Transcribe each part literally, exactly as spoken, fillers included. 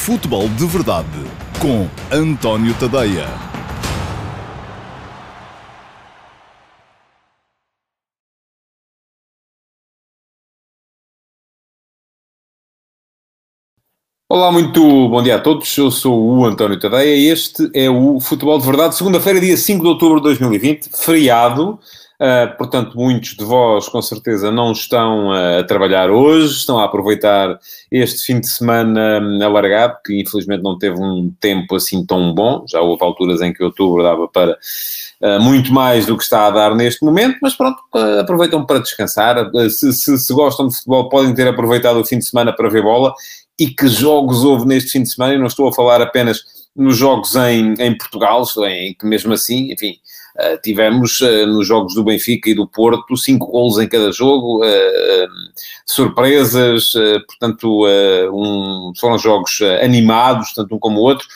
Futebol de Verdade com António Tadeia. Olá, muito bom dia a todos. Eu sou o António Tadeia e este é o Futebol de Verdade, segunda-feira, dia cinco de outubro de dois mil e vinte, feriado. Uh, portanto, muitos de vós, com certeza, não estão uh, a trabalhar hoje, estão a aproveitar este fim de semana um, alargado, que infelizmente não teve um tempo assim tão bom. Já houve alturas em que outubro dava para uh, muito mais do que está a dar neste momento, mas pronto, uh, aproveitam para descansar. Uh, se, se, se gostam de futebol, podem ter aproveitado o fim de semana para ver bola. E que jogos houve neste fim de semana? Eu não estou a falar apenas nos jogos em, em Portugal, em que mesmo assim, enfim, uh, tivemos uh, nos jogos do Benfica e do Porto cinco golos em cada jogo, uh, surpresas, uh, portanto, uh, um, foram jogos uh, animados, tanto um como o outro.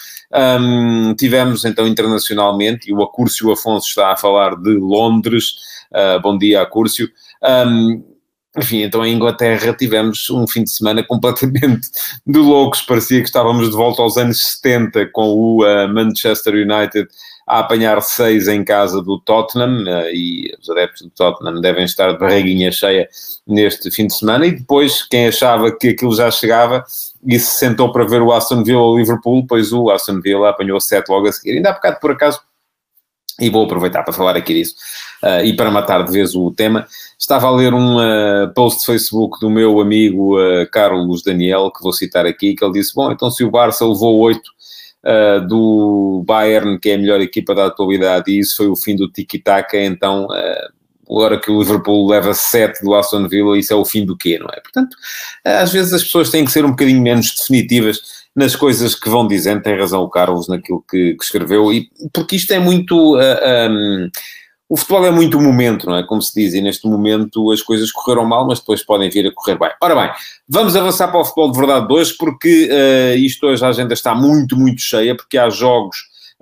Um, tivemos então internacionalmente, e o Acúrcio Afonso está a falar de Londres. Uh, bom dia, Acúrcio. Um, Enfim, então em Inglaterra tivemos um fim de semana completamente de loucos. Parecia que estávamos de volta aos anos setenta com o uh, Manchester United a apanhar seis em casa do Tottenham, uh, e os adeptos do Tottenham devem estar de barriguinha cheia neste fim de semana. E depois, quem achava que aquilo já chegava e se sentou para ver o Aston Villa ou Liverpool, pois o Aston Villa apanhou sete logo a seguir. Ainda há bocado, por acaso, e vou aproveitar para falar aqui disso, uh, e para matar de vez o tema, estava a ler um uh, post de Facebook do meu amigo uh, Carlos Daniel, que vou citar aqui, que ele disse: bom, então se o Barça levou oito uh, do Bayern, que é a melhor equipa da atualidade, e isso foi o fim do tiki-taka, então uh, agora que o Liverpool leva sete do Aston Villa, isso é o fim do quê, não é? Portanto, uh, às vezes as pessoas têm que ser um bocadinho menos definitivas nas coisas que vão dizendo. Tem razão o Carlos naquilo que, que escreveu, e porque isto é muito... Uh, um, o futebol é muito momento, não é? Como se diz, e neste momento as coisas correram mal, mas depois podem vir a correr bem. Ora bem, vamos avançar para o futebol de verdade de hoje, porque uh, isto hoje a agenda está muito, muito cheia, porque há jogos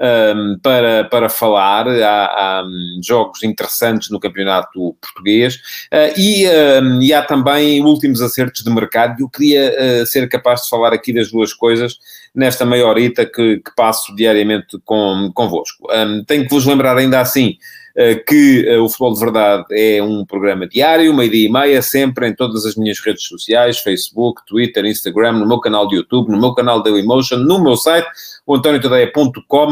um, para, para falar, há, há um, jogos interessantes no campeonato português, uh, e, um, e há também últimos acertos de mercado, e eu queria uh, ser capaz de falar aqui das duas coisas nesta meia horita que, que passo diariamente com, convosco. Um, tenho que vos lembrar ainda assim que uh, o Futebol de Verdade é um programa diário, meio-dia e meia, sempre em todas as minhas redes sociais, Facebook, Twitter, Instagram, no meu canal de YouTube, no meu canal Dailymotion, no meu site, o antonio tadeia ponto com, uh,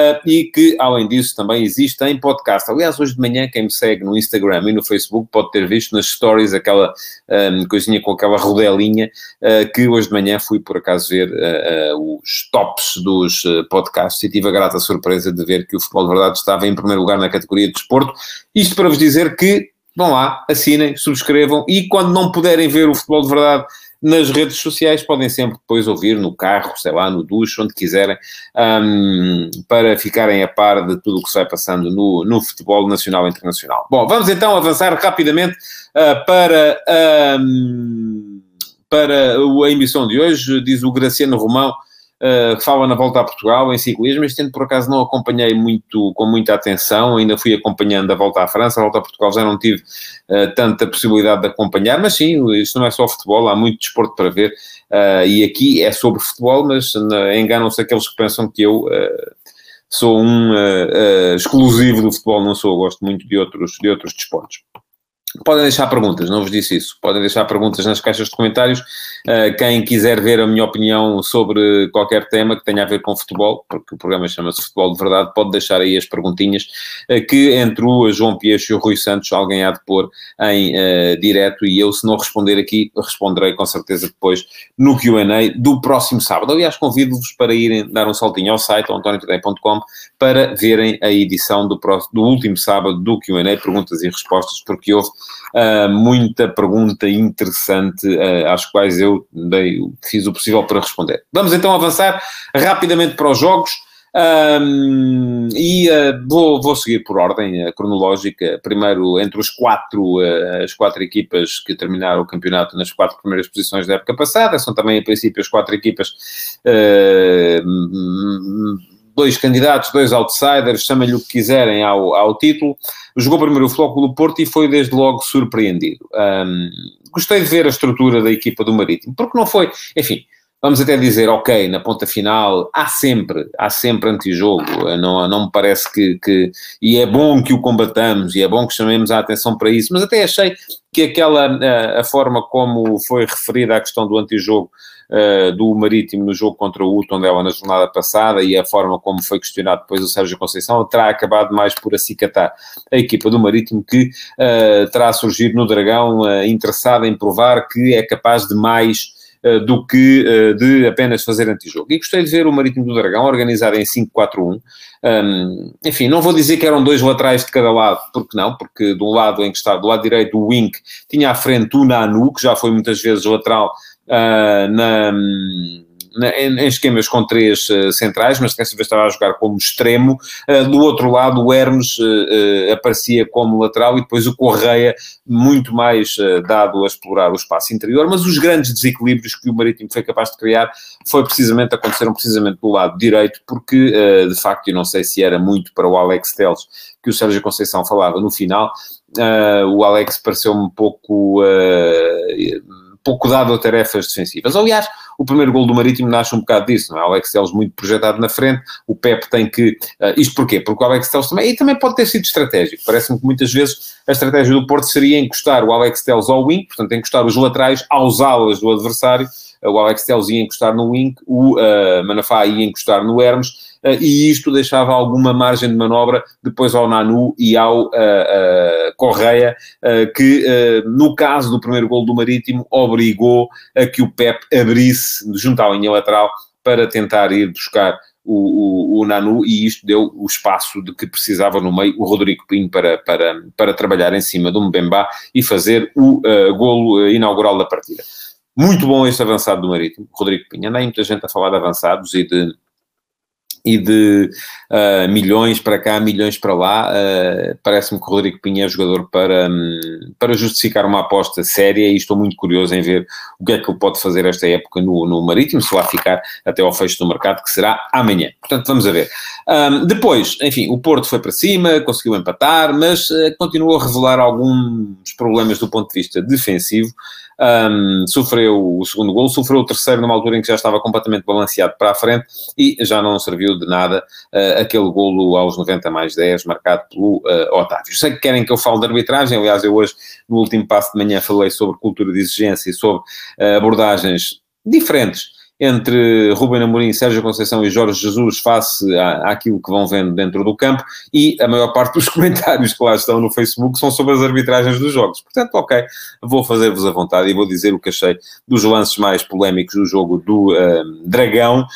e que, além disso, também existe em podcast. Aliás, hoje de manhã, quem me segue no Instagram e no Facebook pode ter visto nas stories aquela um, coisinha com aquela rodelinha, uh, que hoje de manhã fui, por acaso, ver uh, uh, os tops dos uh, podcasts, e tive a grata surpresa de ver que o Futebol de Verdade estava em primeiro lugar na categoria de desporto. Isto para vos dizer que vão lá, assinem, subscrevam, e quando não puderem ver o Futebol de Verdade nas redes sociais, podem sempre depois ouvir no carro, sei lá, no duche, onde quiserem, um, para ficarem a par de tudo o que se vai passando no, no futebol nacional e internacional. Bom, vamos então avançar rapidamente uh, para, um, para a emissão de hoje. Diz o Graciano Romão, Uh, fala na volta a Portugal, em ciclismo. Este ano, por acaso, não acompanhei muito, com muita atenção, ainda fui acompanhando a volta à França. A volta a Portugal já não tive uh, tanta possibilidade de acompanhar, mas sim, isto não é só futebol, há muito desporto para ver, uh, e aqui é sobre futebol, mas uh, enganam-se aqueles que pensam que eu uh, sou um uh, uh, exclusivo do futebol. Não sou, gosto muito de outros, de outros desportos. Podem deixar perguntas, não vos disse isso. Podem deixar perguntas nas caixas de comentários. Uh, quem quiser ver a minha opinião sobre qualquer tema que tenha a ver com futebol, porque o programa chama-se Futebol de Verdade, pode deixar aí as perguntinhas, uh, que entre o João Pieixo e o Rui Santos alguém há de pôr em uh, direto, e eu, se não responder aqui, responderei com certeza depois no Q and A do próximo sábado. Aliás, convido-vos para irem dar um saltinho ao site, ao antonio tadeia ponto com, para verem a edição do, próximo, do último sábado do Q and A, perguntas e respostas, porque houve Uh, muita pergunta interessante, uh, às quais eu dei, fiz o possível para responder. Vamos então avançar rapidamente para os jogos, um, e uh, vou, vou seguir por ordem uh, cronológica. Primeiro, entre os quatro, uh, as quatro equipas que terminaram o campeonato nas quatro primeiras posições da época passada, são também, a princípio, as quatro equipas... Uh, dois candidatos, dois outsiders, chamem-lhe o que quiserem ao, ao título. Jogou primeiro o Futebol Clube do Porto e foi desde logo surpreendido. Um, gostei de ver a estrutura da equipa do Marítimo, porque não foi, enfim, vamos até dizer, ok, na ponta final há sempre, há sempre antijogo, não, não me parece que, que... E é bom que o combatamos, e é bom que chamemos a atenção para isso, mas até achei que aquela, a, a forma como foi referida a questão do antijogo uh, do Marítimo no jogo contra o Tondela na jornada passada, e a forma como foi questionado depois o Sérgio Conceição, terá acabado mais por acicatar a equipa do Marítimo, que uh, terá surgido no Dragão uh, interessada em provar que é capaz de mais do que uh, de apenas fazer antijogo. E gostei de ver o Marítimo do Dragão organizado em cinco quatro um. Um, enfim, não vou dizer que eram dois laterais de cada lado, porque não, porque de um lado em que está, do lado direito, o Wink, tinha à frente o Nanu, que já foi muitas vezes lateral uh, na... Na, em, em esquemas com três uh, centrais, mas dessa vez estava a jogar como extremo. Uh, do outro lado, o Hermes uh, uh, aparecia como lateral, e depois o Correia, muito mais uh, dado a explorar o espaço interior, mas os grandes desequilíbrios que o Marítimo foi capaz de criar foi precisamente, aconteceram precisamente do lado direito, porque, uh, de facto, eu não sei se era muito para o Alex Telles que o Sérgio Conceição falava no final, uh, o Alex pareceu-me um pouco... Uh, pouco dado a tarefas defensivas. Aliás, o primeiro gol do Marítimo nasce um bocado disso, não é? O Alex Telles muito projetado na frente, o Pepe tem que... Uh, isto porquê? Porque o Alex Telles também... E também pode ter sido estratégico. Parece-me que muitas vezes a estratégia do Porto seria encostar o Alex Telles ao wing, portanto, encostar os laterais aos alas do adversário. O Alex Telles ia encostar no wing, o uh, Manafá ia encostar no Hermes, uh, e isto deixava alguma margem de manobra depois ao Nanu e ao uh, uh, Correia, uh, que uh, no caso do primeiro golo do Marítimo obrigou a que o Pep abrisse junto à linha lateral para tentar ir buscar o, o, o Nanu, e isto deu o espaço de que precisava no meio o Rodrigo Pinho para, para, para trabalhar em cima do Mbemba e fazer o uh, golo inaugural da partida. Muito bom este avançado do Marítimo, Rodrigo Pinho. Anda aí muita gente a falar de avançados e de, e de uh, milhões para cá, milhões para lá. Uh, parece-me que o Rodrigo Pinho é jogador para, um, para justificar uma aposta séria, e estou muito curioso em ver o que é que ele pode fazer esta época no, no Marítimo, se lá ficar até ao fecho do mercado, que será amanhã. Portanto, vamos a ver. Um, depois, enfim, o Porto foi para cima, conseguiu empatar, mas uh, continuou a revelar alguns problemas do ponto de vista defensivo. Um, sofreu o segundo golo, sofreu o terceiro numa altura em que já estava completamente balanceado para a frente, e já não serviu de nada uh, aquele golo aos noventa mais dez, marcado pelo uh, Otávio. Sei que querem que eu fale de arbitragem, aliás, eu hoje, no último passo de manhã, falei sobre cultura de exigência e sobre uh, abordagens diferentes entre Ruben Amorim, Sérgio Conceição e Jorge Jesus face à, àquilo que vão vendo dentro do campo, e a maior parte dos comentários que lá estão no Facebook são sobre as arbitragens dos jogos. Portanto, ok, vou fazer-vos a vontade e vou dizer o que achei dos lances mais polémicos do jogo do um, Dragão.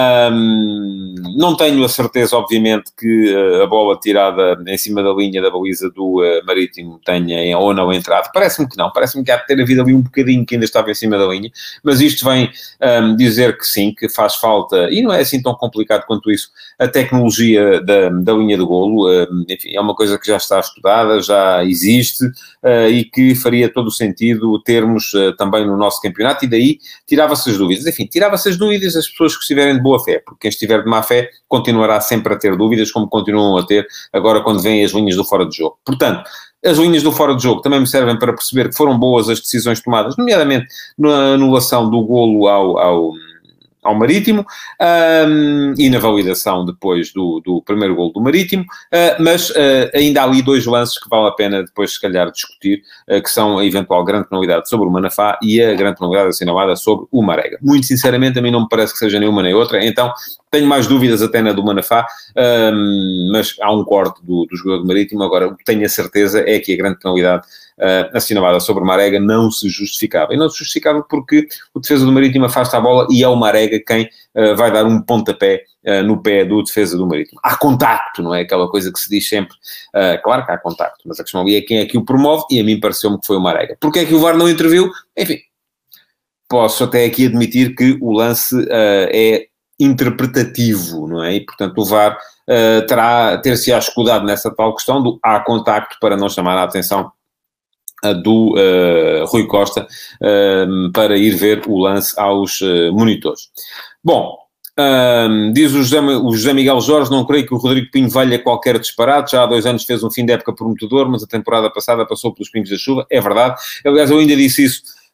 Um, não tenho a certeza, obviamente, que uh, a bola tirada em cima da linha da baliza do uh, Marítimo tenha ou não entrado. Parece-me que não, parece-me que há de ter havido ali um bocadinho que ainda estava em cima da linha, mas isto vem um, dizer que sim, que faz falta, e não é assim tão complicado quanto isso, a tecnologia da, da linha de golo. Uh, enfim, é uma coisa que já está estudada, já existe, uh, e que faria todo o sentido termos uh, também no nosso campeonato, e daí tirava-se as dúvidas. Enfim, tirava-se as dúvidas as pessoas que estiverem de boa fé, porque quem estiver de má fé continuará sempre a ter dúvidas, como continuam a ter agora quando vêm as linhas do fora de jogo. Portanto, as linhas do fora de jogo também me servem para perceber que foram boas as decisões tomadas, nomeadamente na anulação do golo ao, ao, ao Marítimo, um, e na validação depois do, do primeiro golo do Marítimo, uh, mas uh, ainda há ali dois lances que vale a pena depois, se calhar, discutir, uh, que são a eventual grande penalidade sobre o Manafá e a grande penalidade assinalada sobre o Marega. Muito sinceramente, a mim não me parece que seja nenhuma nem outra, então tenho mais dúvidas até na do Manafá, um, mas há um corte do, do jogador do Marítimo. Agora, o que tenho a certeza é que a grande penalidade uh, assinalada sobre o Marega não se justificava. E não se justificava porque o defesa do Marítimo afasta a bola e é o Marega quem uh, vai dar um pontapé uh, no pé do defesa do Marítimo. Há contacto, não é? Aquela coisa que se diz sempre. Uh, claro que há contacto, mas a questão ali é quem é que o promove, e a mim pareceu-me que foi o Marega. Porquê é que o V A R não interviu? Enfim, posso até aqui admitir que o lance uh, é interpretativo, não é? E, portanto, o V A R uh, terá, ter-se-á escudado nessa tal questão do há contacto, para não chamar a atenção uh, do uh, Rui Costa uh, para ir ver o lance aos uh, monitores. Bom, um, diz o José, o José Miguel Jorge: não creio que o Rodrigo Pinho valha qualquer disparate, já há dois anos fez um fim de época prometedor, mas a temporada passada passou pelos pingos da chuva. É verdade. Aliás, eu ainda disse isso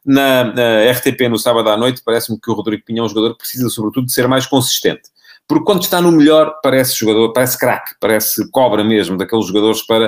na, na R T P no sábado à noite, parece-me que o Rodrigo Pinho é um jogador que precisa, sobretudo, de ser mais consistente. Porque quando está no melhor, parece jogador, parece craque, parece cobra mesmo, daqueles jogadores para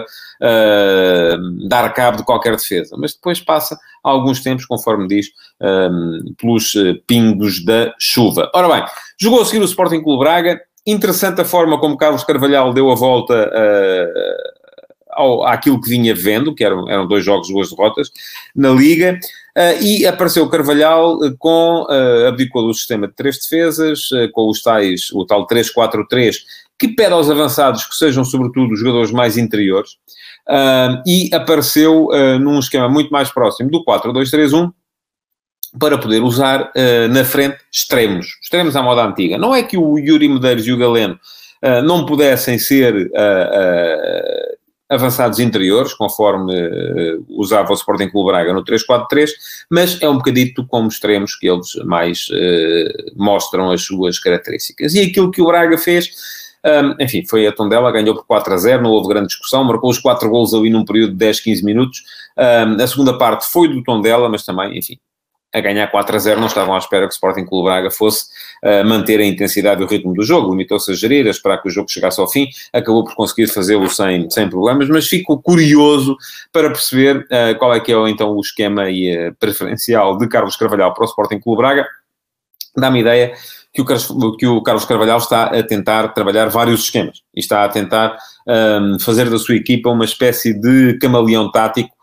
uh, dar cabo de qualquer defesa. Mas depois passa alguns tempos, conforme diz, um, pelos pingos da chuva. Ora bem, jogou a seguir o Sporting Clube Braga. Interessante a forma como Carlos Carvalhal deu a volta uh, ao, àquilo que vinha vendo, que eram, eram dois jogos, duas derrotas, na Liga. Uh, e apareceu o Carvalhal uh, com, uh, abdicou do sistema de três defesas, uh, com os tais, o tal três quatro três, que pede aos avançados que sejam, sobretudo, os jogadores mais interiores, uh, e apareceu uh, num esquema muito mais próximo do quatro dois três um, para poder usar uh, na frente extremos, extremos à moda antiga. Não é que o Yuri Medeiros e o Galeno uh, não pudessem ser uh, uh, avançados interiores, conforme uh, usava o Sporting Clube Braga no três quatro três, mas é um bocadito como extremos que eles mais uh, mostram as suas características. E aquilo que o Braga fez, um, enfim, foi a Tondela, ganhou por quatro a zero, não houve grande discussão, marcou os quatro golos ali num período de dez, quinze minutos. Um, a segunda parte foi do Tondela, mas também, enfim, a ganhar quatro a zero, não estavam à espera que o Sporting Clube Braga fosse uh, manter a intensidade e o ritmo do jogo, limitou-se a gerir, a esperar que o jogo chegasse ao fim, acabou por conseguir fazê-lo sem, sem problemas, mas fico curioso para perceber uh, qual é que é então o esquema e, uh, preferencial de Carlos Carvalhal para o Sporting Clube Braga. Dá-me ideia que o, Carlos, que o Carlos Carvalhal está a tentar trabalhar vários esquemas, e está a tentar um, fazer da sua equipa uma espécie de camaleão tático,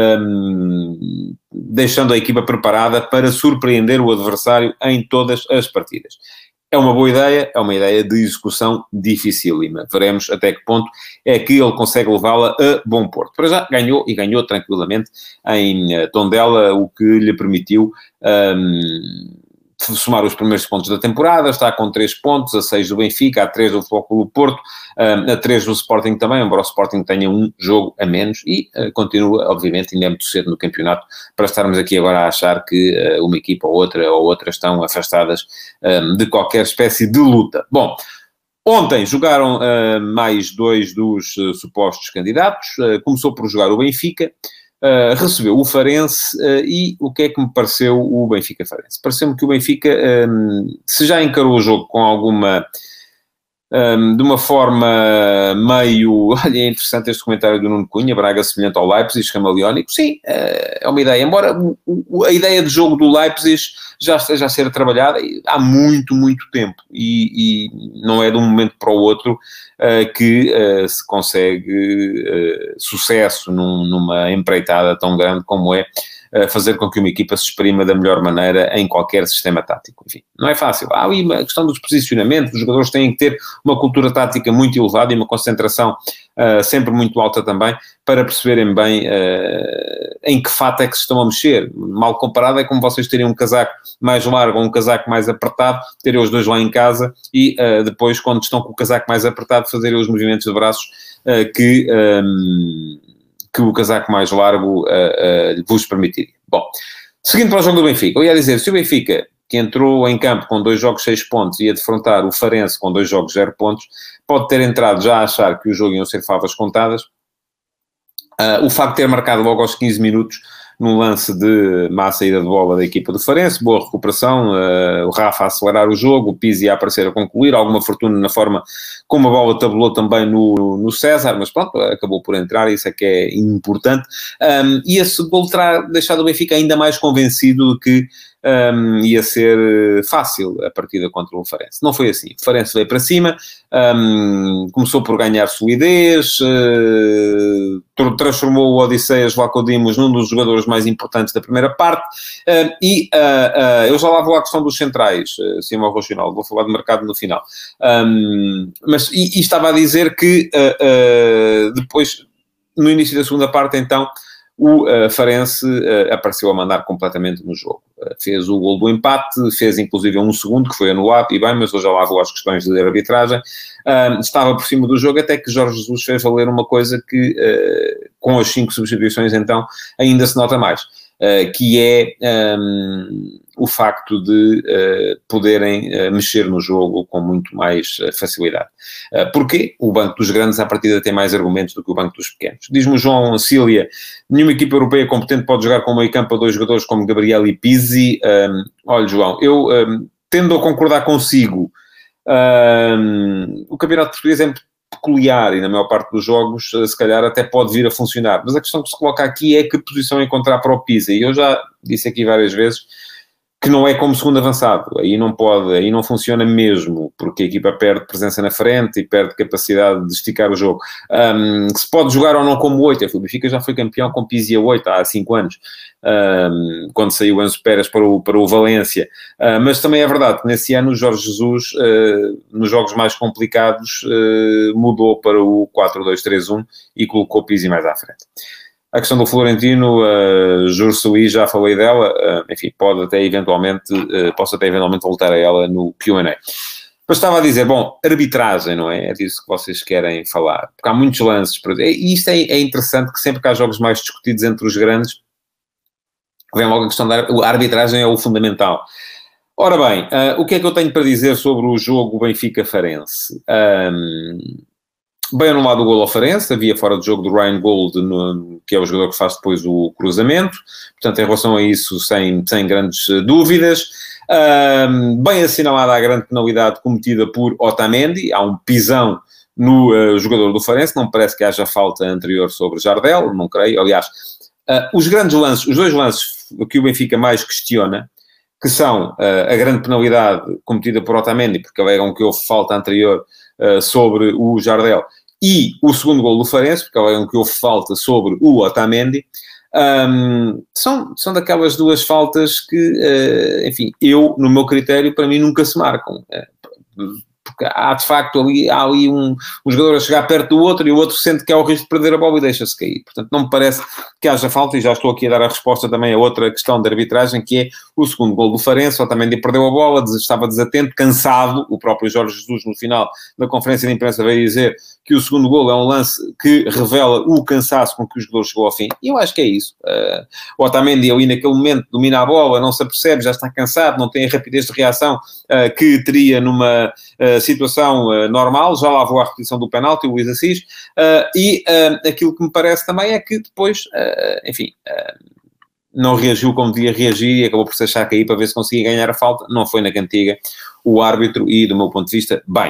Um, deixando a equipa preparada para surpreender o adversário em todas as partidas. É uma boa ideia, é uma ideia de execução dificílima. Veremos até que ponto é que ele consegue levá-la a bom porto. Para já ganhou, e ganhou tranquilamente em Tondela, o que lhe permitiu um, somar os primeiros pontos da temporada. Está com três pontos, a seis do Benfica, a três do Futebol Clube Porto, a três do Sporting também, embora o Sporting tenha um jogo a menos, e uh, continua, obviamente, ainda é muito cedo no campeonato, para estarmos aqui agora a achar que uh, uma equipa ou outra ou outra estão afastadas um, de qualquer espécie de luta. Bom, ontem jogaram uh, mais dois dos uh, supostos candidatos. Uh, começou por jogar o Benfica, Uh, recebeu o Farense, uh, e o que é que me pareceu o Benfica-Farense? Pareceu-me que o Benfica, um, se já encarou o jogo com alguma, um, de uma forma meio, olha, é interessante este comentário do Nuno Cunha, Braga semelhante ao Leipzig, camaleónico. Sim, uh, é uma ideia, embora o, o, a ideia de jogo do Leipzig já esteja a ser trabalhada há muito, muito tempo, e, e não é de um momento para o outro uh, que uh, se consegue uh, sucesso num, numa empreitada tão grande como é uh, fazer com que uma equipa se exprima da melhor maneira em qualquer sistema tático. Enfim, não é fácil. Há ali uma questão dos posicionamentos, os jogadores têm que ter uma cultura tática muito elevada e uma concentração Uh, sempre muito alta também, para perceberem bem uh, em que fato é que se estão a mexer. Mal comparado é como vocês terem um casaco mais largo ou um casaco mais apertado, terem os dois lá em casa e uh, depois, quando estão com o casaco mais apertado, fazerem os movimentos de braços uh, que, um, que o casaco mais largo uh, uh, vos permitiria. Bom, seguindo para o jogo do Benfica, eu ia dizer, se o Benfica, que entrou em campo com dois jogos seis pontos, ia defrontar o Farense com dois jogos zero pontos, pode ter entrado já a achar que o jogo iam ser favas contadas. Uh, o facto de ter marcado logo aos quinze minutos, num lance de má saída de bola da equipa do Farense, boa recuperação, uh, o Rafa a acelerar o jogo, o Pizzi a aparecer a concluir, alguma fortuna na forma como a bola tabulou também no, no César, mas pronto, acabou por entrar, isso é que é importante. Um, e esse gol terá deixado o Benfica ainda mais convencido de que Um, ia ser fácil a partida contra o Farense. Não foi assim. O Farense veio para cima, um, começou por ganhar solidez, uh, transformou o Odisseias Vlachodimos num dos jogadores mais importantes da primeira parte, uh, e uh, uh, eu já lá vou à questão dos centrais, uh, Simão Rochinol, vou falar de mercado no final. Um, mas, e, e estava a dizer que uh, uh, depois, no início da segunda parte, então, o uh, Farense uh, apareceu a mandar completamente no jogo. Uh, fez o gol do empate, fez inclusive um segundo, que foi anulado, e bem, mas eu já lá vou às questões de arbitragem. Uh, estava por cima do jogo, até que Jorge Jesus fez valer uma coisa que, uh, com as cinco substituições, então, ainda se nota mais. uh, que é um, o facto de uh, poderem uh, mexer no jogo com muito mais uh, facilidade. Uh, porquê? O banco dos grandes, à partida, tem mais argumentos do que o banco dos pequenos. Diz-me o João Cília, nenhuma equipa europeia competente pode jogar com o meio campo a dois jogadores como Gabriel e Pizzi. Um, olha, João, eu um, tendo a concordar consigo, um, o campeonato português é muito peculiar e na maior parte dos jogos se calhar até pode vir a funcionar, mas a questão que se coloca aqui é que posição encontrar para o Pizzi, e eu já disse aqui várias vezes que não é como segundo avançado, aí não pode, aí não funciona mesmo, porque a equipa perde presença na frente e perde capacidade de esticar o jogo. Um, se pode jogar ou não como oito, o Benfica já foi campeão com Pizzi a oito há cinco anos, um, quando saiu o Enzo Pérez para o, para o Valência, uh, mas também é verdade que nesse ano o Jorge Jesus, uh, nos jogos mais complicados, uh, mudou para o quatro dois três um e colocou Pizzi mais à frente. A questão do Florentino, uh, Jursuí, já falei dela, uh, enfim, pode até eventualmente, uh, posso até eventualmente voltar a ela no Q and A. Mas estava a dizer, bom, arbitragem, não é? É disso que vocês querem falar. Porque há muitos lances. E isto é, é interessante, que sempre que há jogos mais discutidos entre os grandes, vem logo a questão da a arbitragem é o fundamental. Ora bem, uh, o que é que eu tenho para dizer sobre o jogo Benfica-Farense? Um, Bem anulado o golo ao Farense, havia fora de jogo do Ryan Gold, no, que é o jogador que faz depois o cruzamento, portanto, em relação a isso, sem, sem grandes dúvidas. Um, bem assinalada a grande penalidade cometida por Otamendi, há um pisão no uh, jogador do Farense, não parece que haja falta anterior sobre Jardel, não creio, aliás, uh, os grandes lances, os dois lances que o Benfica mais questiona, que são uh, a grande penalidade cometida por Otamendi, porque alegam que houve falta anterior Uh, sobre o Jardel, e o segundo gol do Farense, porque alegam que houve falta sobre o Otamendi, um, são, são daquelas duas faltas que, uh, enfim, eu, no meu critério, para mim nunca se marcam. Uh, porque há, de facto, ali, há ali um, um jogador a chegar perto do outro e o outro sente que há o risco de perder a bola e deixa-se cair. Portanto, não me parece que haja falta, e já estou aqui a dar a resposta também a outra questão de arbitragem, que é o segundo gol do Farense. O Otamendi perdeu a bola, estava desatento, cansado. O próprio Jorge Jesus, no final da conferência de imprensa, veio dizer que o segundo gol é um lance que revela o cansaço com que o jogador chegou ao fim. E eu acho que é isso. Uh, o Otamendi ali naquele momento domina a bola, não se apercebe, já está cansado, não tem a rapidez de reação uh, que teria numa uh, situação uh, normal. Já lá vou à repetição do penalti, o Luís Assis. Uh, e uh, aquilo que me parece também é que depois, uh, enfim... Uh, não reagiu como devia reagir e acabou por se achar cair para ver se conseguia ganhar a falta. Não foi na cantiga o árbitro e, do meu ponto de vista, bem.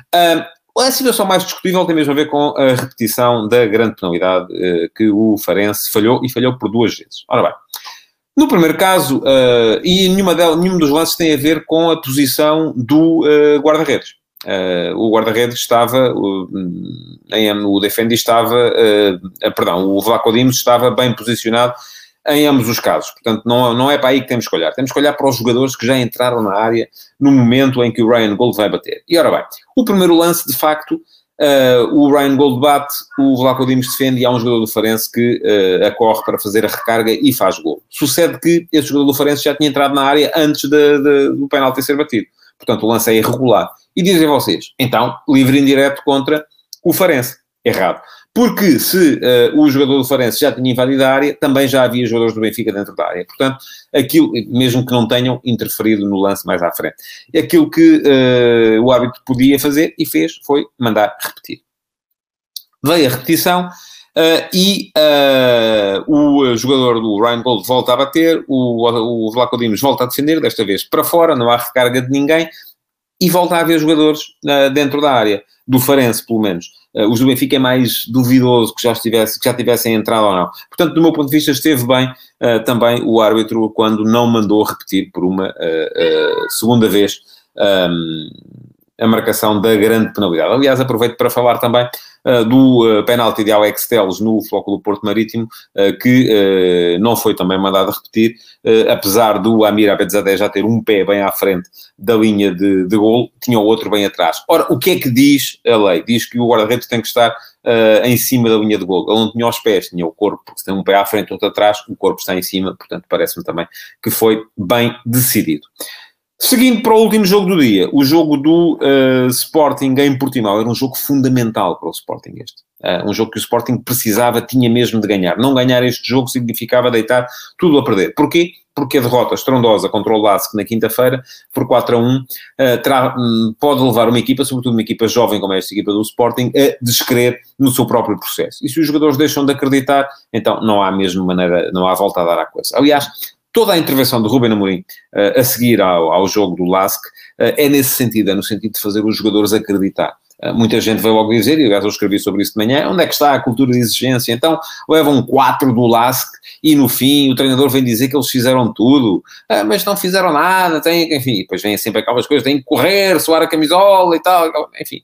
Uh, a situação mais discutível tem mesmo a ver com a repetição da grande penalidade uh, que o Farense falhou, e falhou por duas vezes. Ora bem, no primeiro caso, uh, e nenhuma delas, nenhum dos lances tem a ver com a posição do uh, guarda-redes. Uh, o guarda-redes estava, uh, em, o Defendi estava, uh, uh, perdão, o Vlaco Dimos estava bem posicionado em ambos os casos. Portanto, não, não é para aí que temos que olhar. Temos que olhar para os jogadores que já entraram na área no momento em que o Ryan Gold vai bater. E ora bem, o primeiro lance, de facto, uh, o Ryan Gold bate, o Vlaco Dimos defende e há um jogador do Farense que uh, acorre para fazer a recarga e faz gol. Sucede que esse jogador do Farense já tinha entrado na área antes de, de, do penalti ser batido. Portanto, o lance é irregular. E dizem vocês, então, livre indireto contra o Farense. Errado. Porque se uh, o jogador do Farense já tinha invadido a área, também já havia jogadores do Benfica dentro da área. Portanto, aquilo, mesmo que não tenham interferido no lance mais à frente, aquilo que uh, o árbitro podia fazer e fez foi mandar repetir. Veio a repetição uh, e uh, o jogador do Ryan Gold volta a bater, o, o Vlaco Dimos volta a defender, desta vez para fora, não há recarga de ninguém, e volta a haver jogadores uh, dentro da área, do Farense pelo menos. Uh, os do Benfica é mais duvidoso que já, estivesse, que já tivessem entrado ou não. Portanto, do meu ponto de vista, esteve bem uh, também o árbitro quando não mandou repetir por uma uh, uh, segunda vez um, a marcação da grande penalidade. Aliás, aproveito para falar também uh, do uh, penalti de Alex Telles no Flóculo Porto Marítimo, uh, que uh, não foi também mandado repetir, uh, apesar do Amir Abedzadeh já ter um pé bem à frente da linha de, de golo, tinha o outro bem atrás. Ora, o que é que diz a lei? Diz que o guarda-redes tem que estar uh, em cima da linha de golo. Ele não tinha os pés, tinha o corpo, porque se tem um pé à frente e outro atrás, o corpo está em cima, portanto parece-me também que foi bem decidido. Seguindo para o último jogo do dia, o jogo do uh, Sporting em Portimão. Era um jogo fundamental para o Sporting este. Uh, um jogo que o Sporting precisava, tinha mesmo de ganhar. Não ganhar este jogo significava deitar tudo a perder. Porquê? Porque a derrota estrondosa contra o Lask na quinta-feira, por quatro a um, uh, tra- pode levar uma equipa, sobretudo uma equipa jovem como esta equipa do Sporting, a descrer no seu próprio processo. E se os jogadores deixam de acreditar, então não há mesmo maneira, não há volta a dar à coisa. Aliás, toda a intervenção de Ruben Amorim uh, a seguir ao, ao jogo do Lask uh, é nesse sentido, é no sentido de fazer os jogadores acreditar. Uh, muita gente veio logo dizer, e aliás eu escrevi sobre isso de manhã, onde é que está a cultura de exigência? Então levam quatro do Lask e no fim o treinador vem dizer que eles fizeram tudo, uh, mas não fizeram nada, têm, enfim, depois vêm sempre aquelas coisas, têm que correr, suar a camisola e tal, enfim.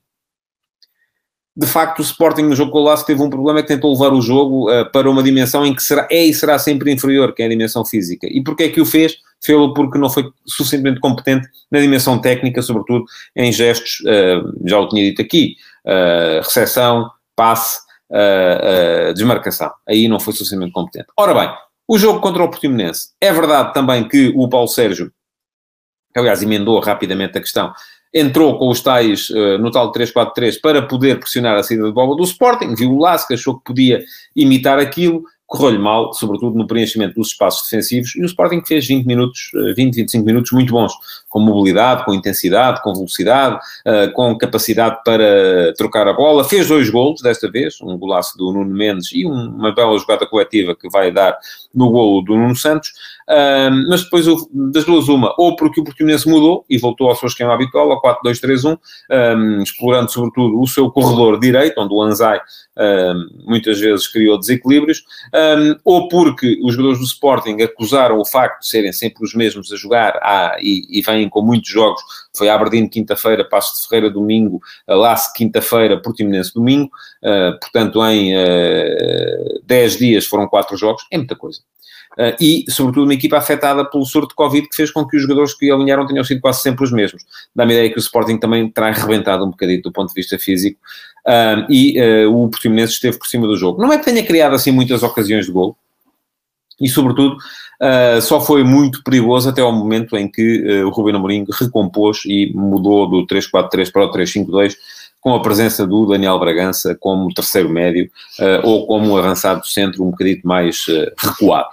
De facto, o Sporting no jogo com o Lask teve um problema, que tentou levar o jogo uh, para uma dimensão em que será, é e será sempre inferior, que é a dimensão física. E porquê é que o fez? Fê-lo porque não foi suficientemente competente na dimensão técnica, sobretudo em gestos, uh, já o tinha dito aqui, uh, recepção, passe, uh, uh, desmarcação. Aí não foi suficientemente competente. Ora bem, o jogo contra o Portimonense. É verdade também que o Paulo Sérgio, aliás, emendou rapidamente a questão, entrou com os tais, uh, no tal três quatro três, para poder pressionar a saída de bola do Sporting, viu o Lask, achou que podia imitar aquilo, correu-lhe mal, sobretudo no preenchimento dos espaços defensivos, e o Sporting fez vinte minutos, vinte, vinte e cinco minutos muito bons, com mobilidade, com intensidade, com velocidade, uh, com capacidade para trocar a bola, fez dois golos desta vez, um golaço do Nuno Mendes e um, uma bela jogada coletiva que vai dar no golo do Nuno Santos, uh, mas depois das duas uma, ou porque o Portimonense mudou e voltou ao seu esquema habitual, ao quatro dois três um, um, explorando sobretudo o seu corredor direito, onde o Anzai um, muitas vezes criou desequilíbrios, um, ou porque os jogadores do Sporting acusaram o facto de serem sempre os mesmos a jogar ah, e, e vêm com muitos jogos. Foi Aberdeen quinta-feira, Paços de Ferreira domingo, Lask quinta-feira, Portimonense domingo, uh, portanto em uh, dez dias foram quatro jogos, é muita coisa. Uh, e, sobretudo, uma equipa afetada pelo surto de Covid, que fez com que os jogadores que alinharam tenham sido quase sempre os mesmos. Dá-me a ideia que o Sporting também terá arrebentado um bocadinho do ponto de vista físico, uh, e uh, o Portimonense esteve por cima do jogo. Não é que tenha criado assim muitas ocasiões de golo, e, sobretudo, uh, só foi muito perigoso até ao momento em que uh, o Ruben Amorim recompôs e mudou do três quatro três para o três cinco dois, com a presença do Daniel Bragança como terceiro médio, uh, ou como um avançado do centro um bocadinho mais uh, recuado.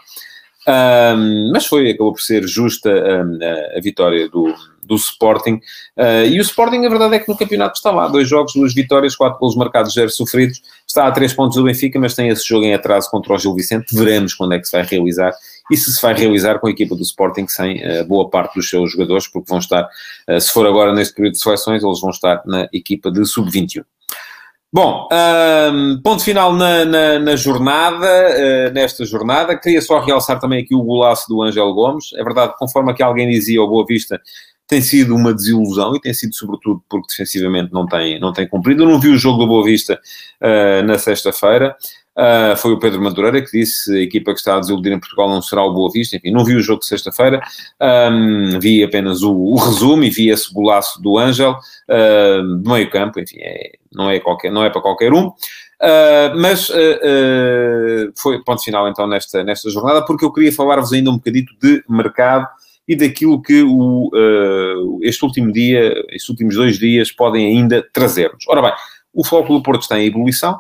Um, mas foi, acabou por ser justa um, a, a vitória do, do Sporting, uh, e o Sporting, a verdade é que no campeonato está lá, dois jogos, duas vitórias, quatro golos marcados, zero sofridos, está a três pontos do Benfica, mas tem esse jogo em atraso contra o Gil Vicente. Veremos quando é que se vai realizar, e se se vai realizar com a equipa do Sporting sem uh, boa parte dos seus jogadores, porque vão estar, uh, se for agora neste período de seleções, eles vão estar na equipa de sub vinte e um. Bom, um, ponto final na, na, na jornada, uh, nesta jornada. Queria só realçar também aqui o golaço do Ângelo Gomes. É verdade, conforme aqui alguém dizia, o Boa Vista tem sido uma desilusão, e tem sido sobretudo porque defensivamente não tem, não tem cumprido. Eu não vi o jogo do Boa Vista uh, na sexta-feira. Uh, foi o Pedro Madureira que disse: a equipa que está a desiludir em Portugal não será o Boa Vista. Enfim, não vi o jogo de sexta-feira, um, vi apenas o, o resumo e vi esse golaço do Ângelo uh, de meio campo. Enfim, é, não, é qualquer, não é para qualquer um, uh, mas uh, uh, foi ponto final então nesta, nesta jornada, porque eu queria falar-vos ainda um bocadito de mercado e daquilo que o, uh, este último dia, estes últimos dois dias podem ainda trazer-nos. Ora bem, o Futebol Clube do Porto está em ebulição.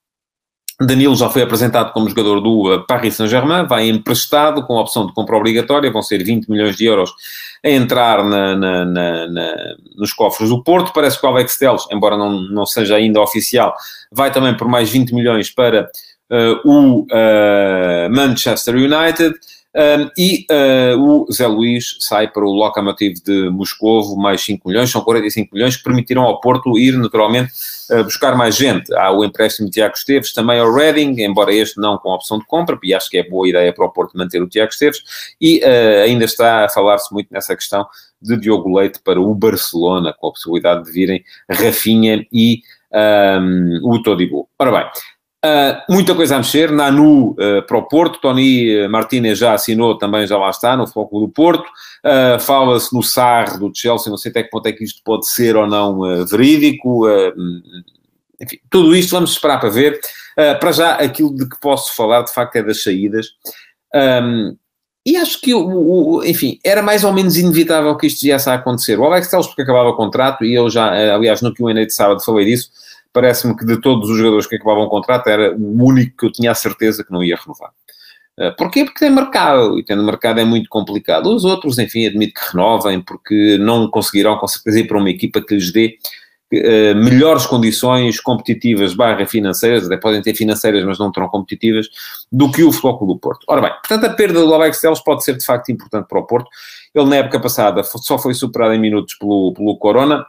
Danilo já foi apresentado como jogador do Paris Saint-Germain, vai emprestado com a opção de compra obrigatória, vão ser vinte milhões de euros a entrar na, na, na, na, nos cofres do Porto. Parece que o Alex Telles, embora não, não seja ainda oficial, vai também por mais vinte milhões para uh, o uh, Manchester United. Um, e uh, o Zé Luís sai para o Lokomotiv de Moscovo, mais cinco milhões, são quarenta e cinco milhões que permitirão ao Porto ir naturalmente uh, buscar mais gente. Há o empréstimo de Tiago Esteves, também ao Reading, embora este não com opção de compra, e acho que é boa ideia para o Porto manter o Tiago Esteves, e uh, ainda está a falar-se muito nessa questão de Diogo Leite para o Barcelona, com a possibilidade de virem Rafinha e um, o Todibo. Ora bem, Uh, muita coisa a mexer. Nanu uh, para o Porto, Tony Martínez já assinou, também já lá está, no Futebol Clube do Porto. Uh, fala-se no Sarri do Chelsea, não sei até que ponto é que isto pode ser ou não uh, verídico. Uh, enfim, tudo isto vamos esperar para ver. Uh, para já, aquilo de que posso falar, de facto, é das saídas. Um, e acho que, o, o, enfim, era mais ou menos inevitável que isto viesse a acontecer. O Alex Telles, porque acabava o contrato, e eu já, aliás, no Q and A de sábado falei disso, parece-me que de todos os jogadores que acabavam o contrato, era o único que eu tinha a certeza que não ia renovar. Porquê? Porque tem mercado, e tendo mercado é muito complicado. Os outros, enfim, admito que renovem, porque não conseguirão, com certeza, ir para uma equipa que lhes dê uh, melhores condições competitivas barra financeiras, até podem ter financeiras, mas não terão competitivas, do que o Futebol Clube do Porto. Ora bem, portanto, a perda do Alex Telles pode ser, de facto, importante para o Porto. Ele, na época passada, só foi superado em minutos pelo, pelo Corona.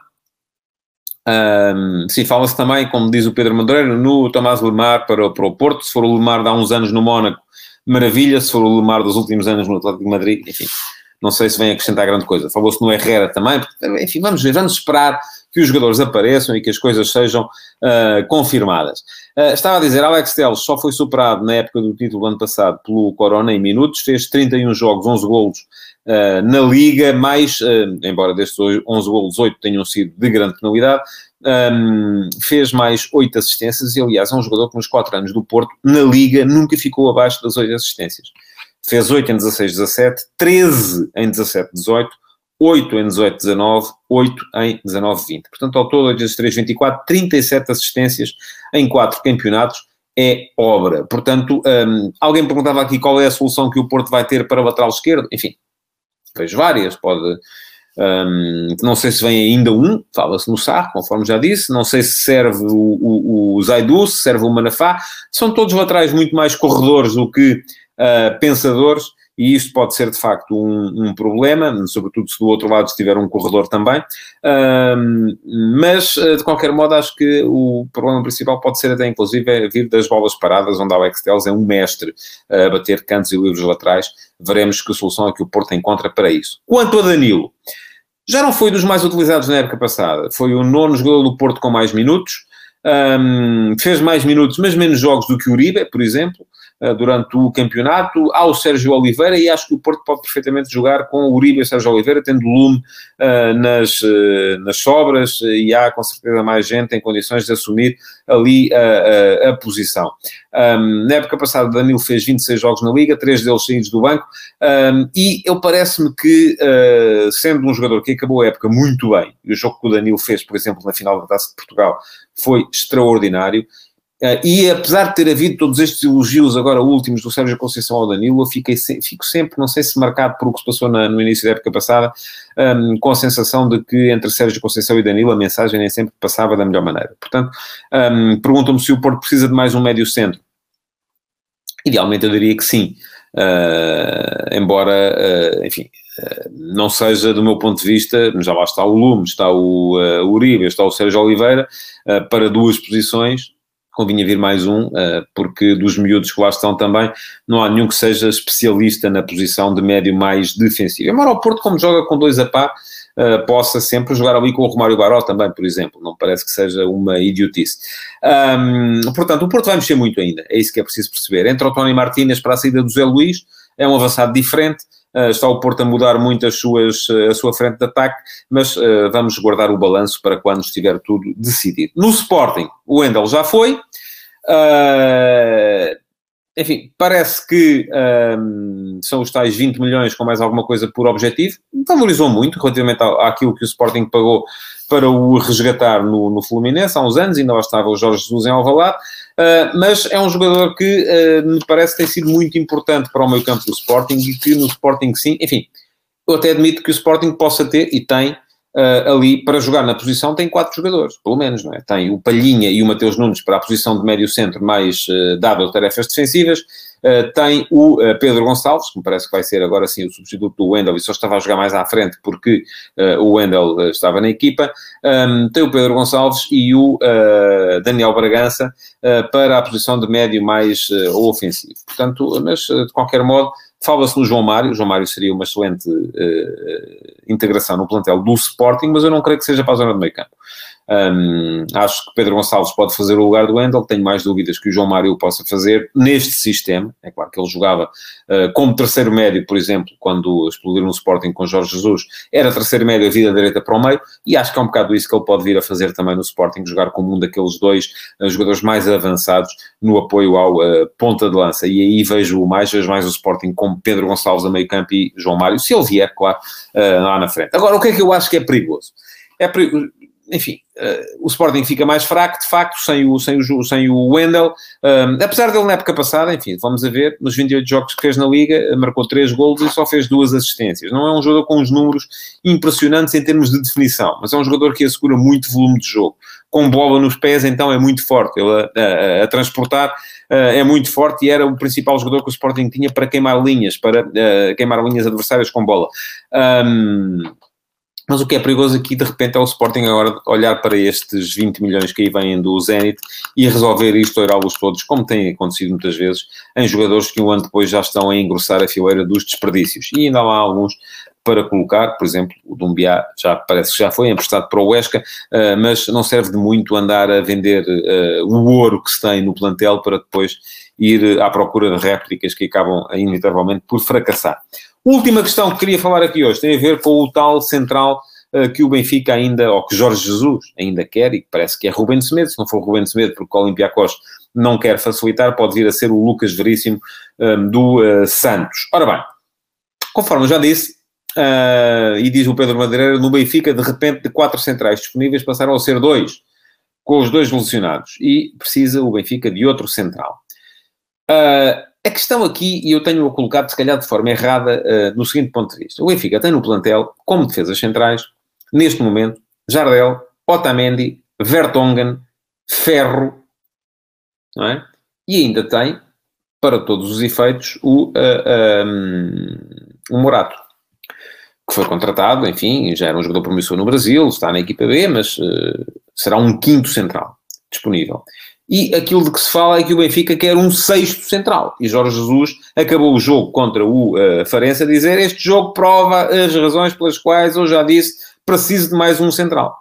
Um, sim, fala-se também, como diz o Pedro Madureira, no Tomás Lemar para, para o Porto. Se for o Lemar de há uns anos no Mónaco, maravilha. Se for o Lemar dos últimos anos no Atlético de Madrid, enfim, não sei se vem acrescentar grande coisa. Falou-se no Herrera também, porque, enfim, vamos ver, vamos esperar que os jogadores apareçam e que as coisas sejam uh, confirmadas. Uh, estava a dizer, Alex Telles só foi superado na época do título do ano passado pelo Corona em minutos, fez trinta e um jogos, onze golos uh, na Liga, mais, uh, embora destes onze golos, oito tenham sido de grande penalidade, Um, fez mais oito assistências e, aliás, é um jogador que nos quatro anos do Porto, na Liga, nunca ficou abaixo das oito assistências. Fez oito em dezasseis dezassete, treze em dezassete dezoito, oito em dezoito dezanove, oito em dezanove vinte. Portanto, ao todo, oito vezes três, vinte e quatro, trinta e sete assistências em quatro campeonatos. É obra. Portanto, um, alguém perguntava aqui qual é a solução que o Porto vai ter para o lateral esquerdo. Enfim, vejo várias, pode... Um, não sei se vem ainda um, fala-se no Sarr, conforme já disse, não sei se serve o, o, o Zaidu, se serve o Manafá, são todos laterais muito mais corredores do que uh, pensadores, e isto pode ser de facto um, um problema, sobretudo se do outro lado estiver um corredor também, um, mas de qualquer modo acho que o problema principal pode ser até inclusive é vir das bolas paradas, onde Alex Telles é um mestre a bater cantos e livros laterais. Veremos que solução é que o Porto encontra para isso. Quanto a Danilo, já não foi dos mais utilizados na época passada, foi o nono jogador do Porto com mais minutos, um, fez mais minutos, mas menos jogos do que o Uribe, por exemplo, durante o campeonato. Há o Sérgio Oliveira e acho que o Porto pode perfeitamente jogar com o Uribe e o Sérgio Oliveira, tendo lume uh, nas, uh, nas sobras, e há com certeza mais gente em condições de assumir ali uh, uh, a posição. Um, na época passada, Danilo fez vinte e seis jogos na Liga, três deles saídos do banco, um, e ele parece-me que, uh, sendo um jogador que acabou a época muito bem, e o jogo que o Danilo fez, por exemplo, na final da Taça de Portugal, foi extraordinário. Uh, e apesar de ter havido todos estes elogios agora últimos do Sérgio Conceição ao Danilo, eu fiquei se, fico sempre, não sei se marcado por o que se passou na, no início da época passada, um, com a sensação de que entre Sérgio Conceição e Danilo a mensagem nem sempre passava da melhor maneira. Portanto, um, perguntam-me se o Porto precisa de mais um médio centro. Idealmente eu diria que sim, uh, embora, uh, enfim, uh, não seja do meu ponto de vista, já lá está o Lume, está o uh, Uribe, está o Sérgio Oliveira, uh, para duas posições. Convinha vir mais um, porque dos miúdos que lá estão também, não há nenhum que seja especialista na posição de médio mais defensivo. Embora o Porto, como joga com dois a par, possa sempre jogar ali com o Romário Baró também, por exemplo. Não parece que seja uma idiotice. Um, portanto, o Porto vai mexer muito ainda. É isso que é preciso perceber. Entre o Tony Martínez para a saída do Zé Luís, é um avançado diferente. Uh, está o Porto a mudar muito as suas, uh, a sua frente de ataque, mas uh, vamos guardar o balanço para quando estiver tudo decidido. No Sporting, o Wendel já foi. Uh, enfim, parece que um, são os tais vinte milhões com mais alguma coisa por objetivo. Valorizou muito relativamente à, àquilo que o Sporting pagou para o resgatar no, no Fluminense há uns anos. Ainda lá estava o Jorge Jesus em Alvalade. Uh, mas é um jogador que uh, me parece ter sido muito importante para o meio campo do Sporting, e que no Sporting sim, enfim, eu até admito que o Sporting possa ter, e tem uh, ali, para jogar na posição, tem quatro jogadores, pelo menos, não é? Tem o Palhinha e o Mateus Nunes para a posição de médio centro mais uh, dável tarefas defensivas. Uh, tem o uh, Pedro Gonçalves, que me parece que vai ser agora sim o substituto do Wendel, e só estava a jogar mais à frente porque uh, o Wendel uh, estava na equipa. Um, tem o Pedro Gonçalves e o uh, Daniel Bragança uh, para a posição de médio mais uh, ofensivo. Portanto, mas uh, de qualquer modo, fala-se no João Mário. O João Mário seria uma excelente uh, integração no plantel do Sporting, mas eu não creio que seja para a zona do meio campo. Um, acho que Pedro Gonçalves pode fazer o lugar do Wendel. Tenho mais dúvidas que o João Mário o possa fazer neste sistema. É claro que ele jogava uh, como terceiro médio, por exemplo, quando explodiram no Sporting com Jorge Jesus, era terceiro médio a vida direita para o meio, e acho que é um bocado isso que ele pode vir a fazer também no Sporting, jogar como um daqueles dois uh, jogadores mais avançados no apoio ao uh, ponta de lança. E aí vejo mais, vejo mais o Sporting como Pedro Gonçalves a meio campo e João Mário, se ele vier, claro, uh, lá na frente. Agora, o que é que eu acho que é perigoso? É perigoso. enfim, uh, o Sporting fica mais fraco, de facto, sem o, sem o, sem o Wendel, um, apesar dele na época passada, enfim, vamos a ver, nos vinte e oito jogos que fez na Liga, marcou três golos e só fez duas assistências. Não é um jogador com uns números impressionantes em termos de definição, mas é um jogador que assegura muito volume de jogo. Com bola nos pés, então, é muito forte. Ele a, a, a transportar uh, é muito forte e era o principal jogador que o Sporting tinha para queimar linhas, para uh, queimar linhas adversárias com bola. Um, Mas o que é perigoso aqui, de repente, é o Sporting agora olhar para estes vinte milhões que aí vêm do Zenit e resolver estourá-los todos, como tem acontecido muitas vezes, em jogadores que um ano depois já estão a engrossar a fileira dos desperdícios. E ainda há alguns para colocar, por exemplo, o Doumbia já parece que já foi emprestado para o Huesca, uh, mas não serve de muito andar a vender uh, o ouro que se tem no plantel para depois ir à procura de réplicas que acabam, inevitavelmente, por fracassar. Última questão que queria falar aqui hoje tem a ver com o tal central uh, que o Benfica ainda, ou que Jorge Jesus ainda quer, e que parece que é Rubén Semedo. Se não for Rubén Semedo, porque o Olympiacos não quer facilitar, pode vir a ser o Lucas Veríssimo um, do uh, Santos. Ora bem, conforme eu já disse, uh, e diz o Pedro Madeireira, no Benfica, de repente, de quatro centrais disponíveis, passaram a ser dois, com os dois lesionados, e precisa o Benfica de outro central. Uh, A questão aqui, e eu tenho-a colocado, se calhar de forma errada, uh, no seguinte ponto de vista. O Benfica tem no plantel, como defesas centrais, neste momento, Jardel, Otamendi, Vertonghen, Ferro, não é? E ainda tem, para todos os efeitos, o, uh, um, o Morato, que foi contratado, enfim, já era um jogador promissor no Brasil, está na equipa B, mas uh, será um quinto central disponível. E aquilo de que se fala é que o Benfica quer um sexto central. E Jorge Jesus acabou o jogo contra o uh, Farense a dizer: este jogo prova as razões pelas quais eu já disse preciso de mais um central.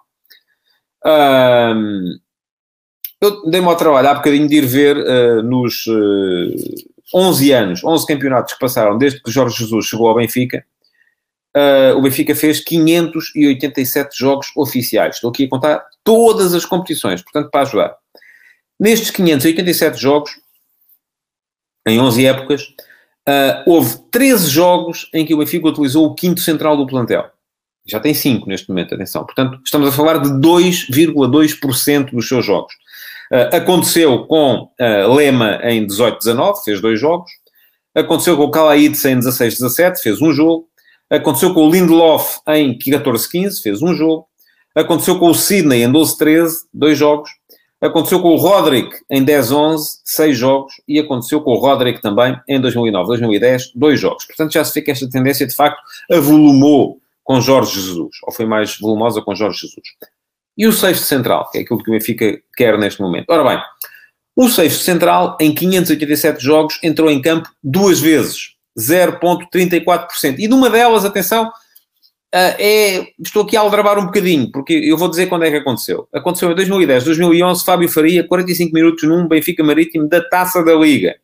Um, eu dei-me ao trabalho há bocadinho de ir ver uh, nos uh, onze anos, onze campeonatos que passaram desde que Jorge Jesus chegou ao Benfica. Uh, o Benfica fez quinhentos e oitenta e sete jogos oficiais. Estou aqui a contar todas as competições, portanto, para ajudar. Nestes quinhentos e oitenta e sete jogos, em onze épocas, uh, houve treze jogos em que o Benfica utilizou o quinto central do plantel. Já tem cinco neste momento, atenção. Portanto, estamos a falar de dois vírgula dois por cento dos seus jogos. Uh, aconteceu com uh, Lema em dezoito dezanove, fez dois jogos. Aconteceu com o Kalaidze em dezasseis dezassete, fez um jogo. Aconteceu com o Lindelof em catorze quinze, fez um jogo. Aconteceu com o Sidney em doze treze, dois jogos. Aconteceu com o Roderick em dez onze, seis jogos, e aconteceu com o Roderick também em dois mil e nove, dois mil e dez, dois jogos. Portanto, já se vê que esta tendência, de facto, avolumou com Jorge Jesus, ou foi mais volumosa com Jorge Jesus. E o sexto central, que é aquilo que o Benfica quer neste momento. Ora bem, o sexto central, em quinhentos e oitenta e sete jogos, entrou em campo duas vezes, zero vírgula trinta e quatro por cento. E numa delas, atenção, Uh, é, estou aqui a aldrabar um bocadinho, porque eu vou dizer quando é que aconteceu. Aconteceu em dois mil e dez, dois mil e onze, Fábio Faria, quarenta e cinco minutos num Benfica Marítimo da Taça da Liga.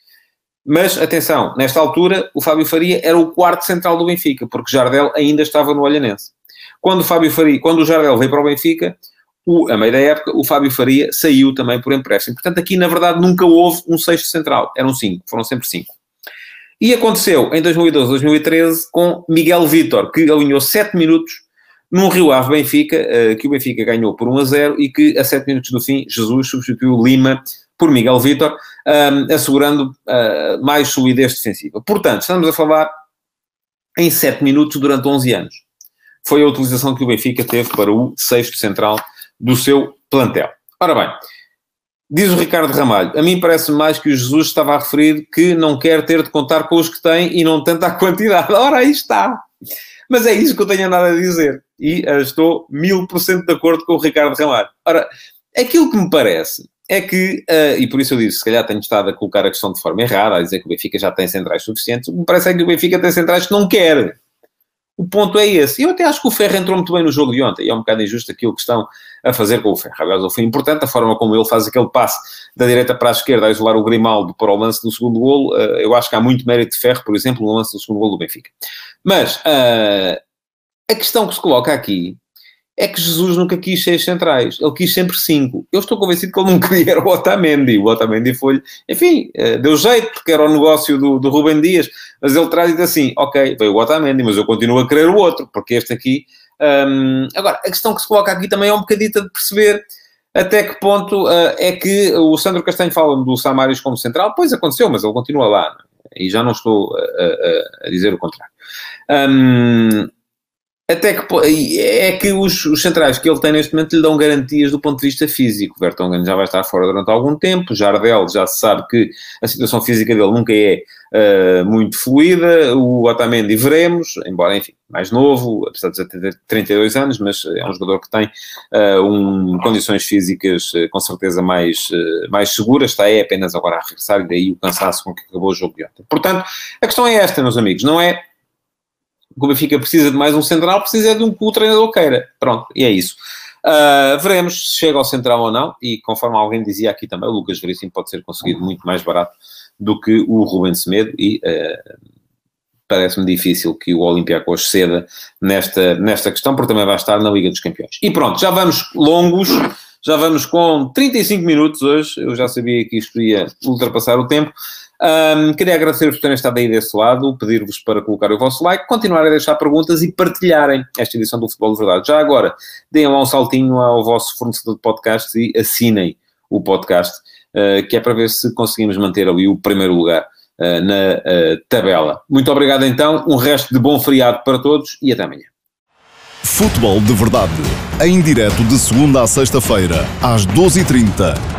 Mas, atenção, nesta altura, o Fábio Faria era o quarto central do Benfica, porque Jardel ainda estava no Olhanense. Quando o, Fábio Faria, quando o Jardel veio para o Benfica, o, a meio da época, o Fábio Faria saiu também por empréstimo. Portanto, aqui, na verdade, nunca houve um sexto central. Eram cinco, foram sempre cinco. E aconteceu em dois mil e doze, dois mil e treze com Miguel Vítor, que alinhou sete minutos num Rio Ave Benfica, que o Benfica ganhou por um a zero e que a sete minutos do fim Jesus substituiu Lima por Miguel Vítor, assegurando mais solidez defensiva. Portanto, estamos a falar em sete minutos durante onze anos. Foi a utilização que o Benfica teve para o sexto central do seu plantel. Ora bem, diz o Ricardo Ramalho, a mim parece mais que o Jesus estava a referir que não quer ter de contar com os que tem e não tanta a quantidade. Ora, aí está. Mas é isso que eu tenho nada a dizer. E uh, estou mil por cento de acordo com o Ricardo Ramalho. Ora, aquilo que me parece é que, uh, e por isso eu disse, se calhar tenho estado a colocar a questão de forma errada, a dizer que o Benfica já tem centrais suficientes, o que me parece é que o Benfica tem centrais que não quer. O ponto é esse. Eu até acho que o Ferro entrou muito bem no jogo de ontem. E é um bocado injusto aquilo que estão a fazer com o Ferro. Aliás, foi importante a forma como ele faz aquele passe da direita para a esquerda a isolar o Grimaldo para o lance do segundo golo. Eu acho que há muito mérito de Ferro, por exemplo, no lance do segundo golo do Benfica. Mas uh, a questão que se coloca aqui é que Jesus nunca quis seis centrais. Ele quis sempre cinco. Eu estou convencido que ele não queria o Otamendi. O Otamendi foi-lhe... Enfim, deu jeito, porque era o negócio do, do Rubem Dias. Mas ele traz-lhe assim, ok, veio o Otamendi, mas eu continuo a querer o outro, porque este aqui Um, agora, a questão que se coloca aqui também é um bocadito de perceber até que ponto uh, é que o Sandro Castanho fala do Samaris como central. Pois aconteceu, mas ele continua lá. E já não estou a, a, a dizer o contrário. Um, até que é que os, os centrais que ele tem neste momento lhe dão garantias do ponto de vista físico. Vertonghen já vai estar fora durante algum tempo. Jardel já se sabe que a situação física dele nunca é uh, muito fluida. O Otamendi veremos, embora, enfim, mais novo, apesar de ter trinta e dois anos, mas é um jogador que tem uh, um, condições físicas uh, com certeza mais, uh, mais seguras. Está aí apenas agora a regressar e daí o cansaço com que acabou o jogo de ontem. Portanto, a questão é esta, meus amigos, não é o Benfica precisa de mais um central, precisa de um que o treinador queira. Pronto, e é isso. Uh, veremos se chega ao central ou não, e conforme alguém dizia aqui também, o Lucas Veríssimo pode ser conseguido muito mais barato do que o Ruben Semedo, e uh, parece-me difícil que o Olympiacos ceda nesta, nesta questão, porque também vai estar na Liga dos Campeões. E pronto, já vamos longos, já vamos com trinta e cinco minutos hoje, eu já sabia que isto ia ultrapassar o tempo. Um, queria agradecer-vos por terem estado aí desse lado, pedir-vos para colocar o vosso like, continuarem a deixar perguntas e partilharem esta edição do Futebol de Verdade. Já agora, deem lá um saltinho ao vosso fornecedor de podcasts e assinem o podcast, uh, que é para ver se conseguimos manter ali o primeiro lugar uh, na uh, tabela. Muito obrigado então, um resto de bom feriado para todos e até amanhã. Futebol de Verdade, em direto de segunda a sexta-feira, às doze e trinta.